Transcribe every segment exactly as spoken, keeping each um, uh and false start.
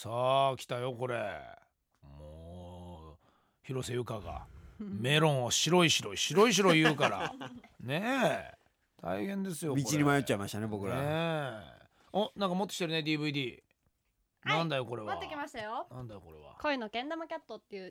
さあ来たよこれ。もう広瀬優香がメロンを白い白い白い白い言うからねえ大変ですよ。 道に迷っちゃいましたね僕ら。 ねえ。お、なんか持ってきてるね ディーブイディー、はい、なんだよこれは。 持ってきましたよ。 なんだよこれは。 恋のけん玉キャットっていう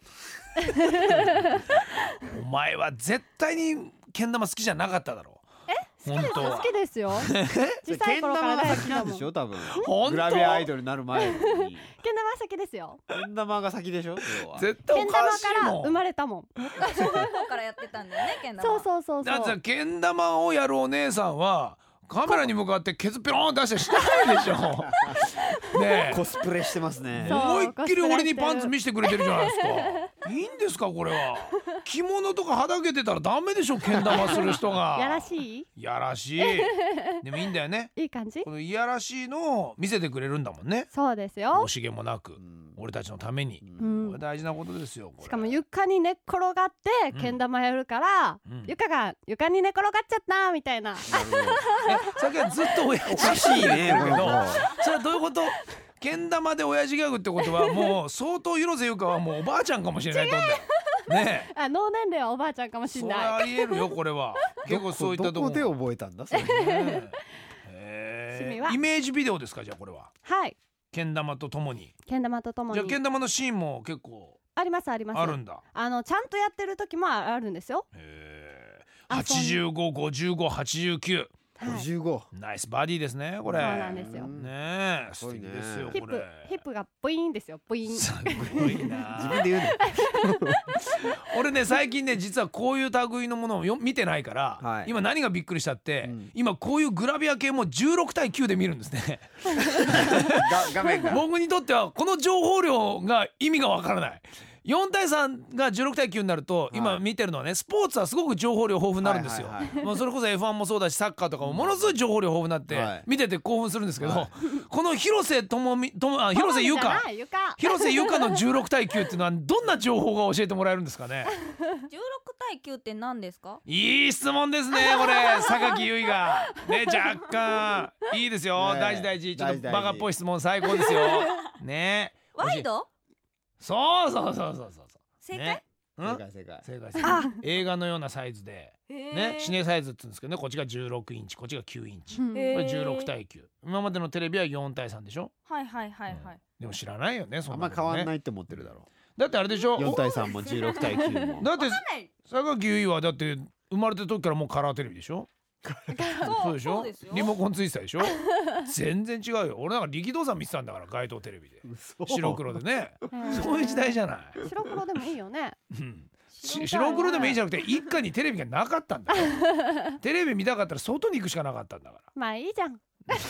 お前は絶対にけん玉好きじゃなかっただろう。 好きです好きですよ小さい頃から大好きだもん。 けん玉が先なんでしょ多分。 本当グラビアアイドルになる前にけん玉は先ですよ。 けん玉が先でしょ。 絶対おけん玉かしいもん。 から生まれたもん。 小学校からやってたんだよねけん玉。 そうそうそうそう。 だってさけん玉をやるお姉さんはカメラに向かってケツペロン出してしてないでしょねえコスプレしてますね。 そう思いっきり俺にパンツ見せてくれてるじゃないですか。いいんですかこれは。着物とかはだけてたらダメでしょけん玉する人が。 やらしいやらしいでもいいんだよね。 いい感じ。 このいやらしいのを見せてくれるんだもんね。 そうですよ惜。しげもなく俺たちのために、 うんこれ大事なことですよこれ。 しかも床に寝っ転がってけん玉やるから、 うん、 床が床に寝転がっちゃったみたいな。 えさっきはずっと親父おかしいねこの子。 それはどういうこと。けん玉で親父ギャグってことはもう相当広瀬優香はもうおばあちゃんかもしれないと思うんだよねえ。 あ脳年齢はおばあちゃんかもしれそれない。 ありえるよこれは。結構そういったとこどこで覚えたんだそれ。 ねえ趣味はイメージビデオですかじゃあこれは。 はいけん玉とともに。 けん玉とともにじゃあけん玉のシーンも結構ありますあります。 あるんだ。 あのちゃんとやってる時もあるんですよ。 へえ。 あはちじゅうご、ごじゅうご、はちじゅうきゅう。 はい、 ごじゅうご。 ナイスバディですねこれ。 そうなんですよ。 ねえすごいね素敵ですよヒップこれ。 ヒップがブイーンですよブイーン。 すごいな。 自分で言うの。 俺ね最近ね実はこういう類のものをよ見てないから、 はい今何がびっくりしたって、 うん、 今こういうグラビア系もじゅうろくたいきゅうで見るんですね画面が。 僕にとってはこの情報量が意味がわからない。よんたいさんがじゅうろくたいきゅうになると、今見てるのはねスポーツはすごく情報量豊富になるんですよ、 はいはいはい、 もうそれこそ エフワン もそうだしサッカーとかもものすごい情報量豊富になって、 はい、 見てて興奮するんですけど、 はい、 この広瀬ともみともあ広瀬優香広瀬優香のじゅうろくたいきゅうっていうのはどんな情報が教えてもらえるんですかね。 じゅうろくたいきゅうって何ですか。 いい質問ですねこれ榊優衣がね若干いいですよ、ね、大事大事ちょっとバカっぽい質問最高ですよね。 ワイド。 そうそうそうそうそう正解、 ね、 正解正解正解正解。映画のようなサイズでねシネサイズって言うんですけどね、こっちがじゅうろくインチこっちがきゅうインチ、これじゅうろくたいきゅう。今までのテレビはよんたいさんでしょ。 はいはいはいはい、うん、 でも知らないよねそんな、ね、 あんま変わんないって思ってるだろう。 だってあれでしょよんたいさんもじゅうろくたいきゅうもだって榊優衣はだって生まれた時からもうカラーテレビでしょそうでしょ。リモコンついてたでしょ全然違うよ。俺なんか力道山見てたんだから街頭テレビで白黒でねそういう時代じゃない。 白黒でもいいよね、うん、 白黒でもいいじゃなくて一家にテレビがなかったんだよテレビ見たかったら外に行くしかなかったんだから。 まあいいじゃん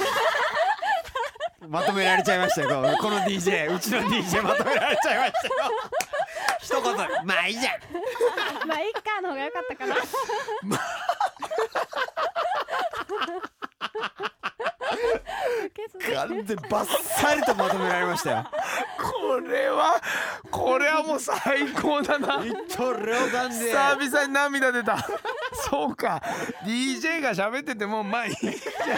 まとめられちゃいましたよこの ディージェー うちの ディージェー まとめられちゃいましたよ一言まあいいじゃんまあいいかの方が良かったかな完全バッサリとまとめられましたよこれはこれはもう最高だな一刀両断で久々に涙出たそうか ディージェー が喋っててもまあいいじゃん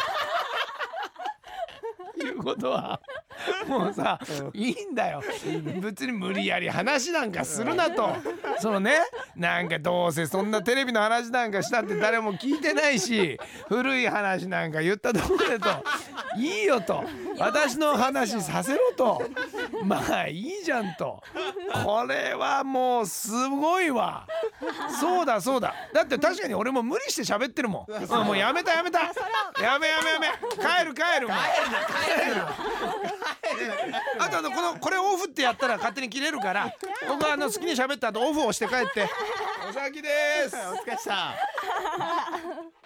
いうことはもうさ、うん、いいんだよ別に無理やり話なんかするなとそのねなんかどうせそんなテレビの話なんかしたって誰も聞いてないし古い話なんか言ったところでといいよと私の話させろとまあいいじゃんとこれはもうすごいわそうだそうだだって確かに俺も無理して喋ってるもん、うん、もうやめたやめたやめやめやめ帰る帰るもう帰るあとあのこのこれオフってやったら勝手に切れるから僕はあの好きに喋った後オフをして帰ってお先です。 お疲れ様でした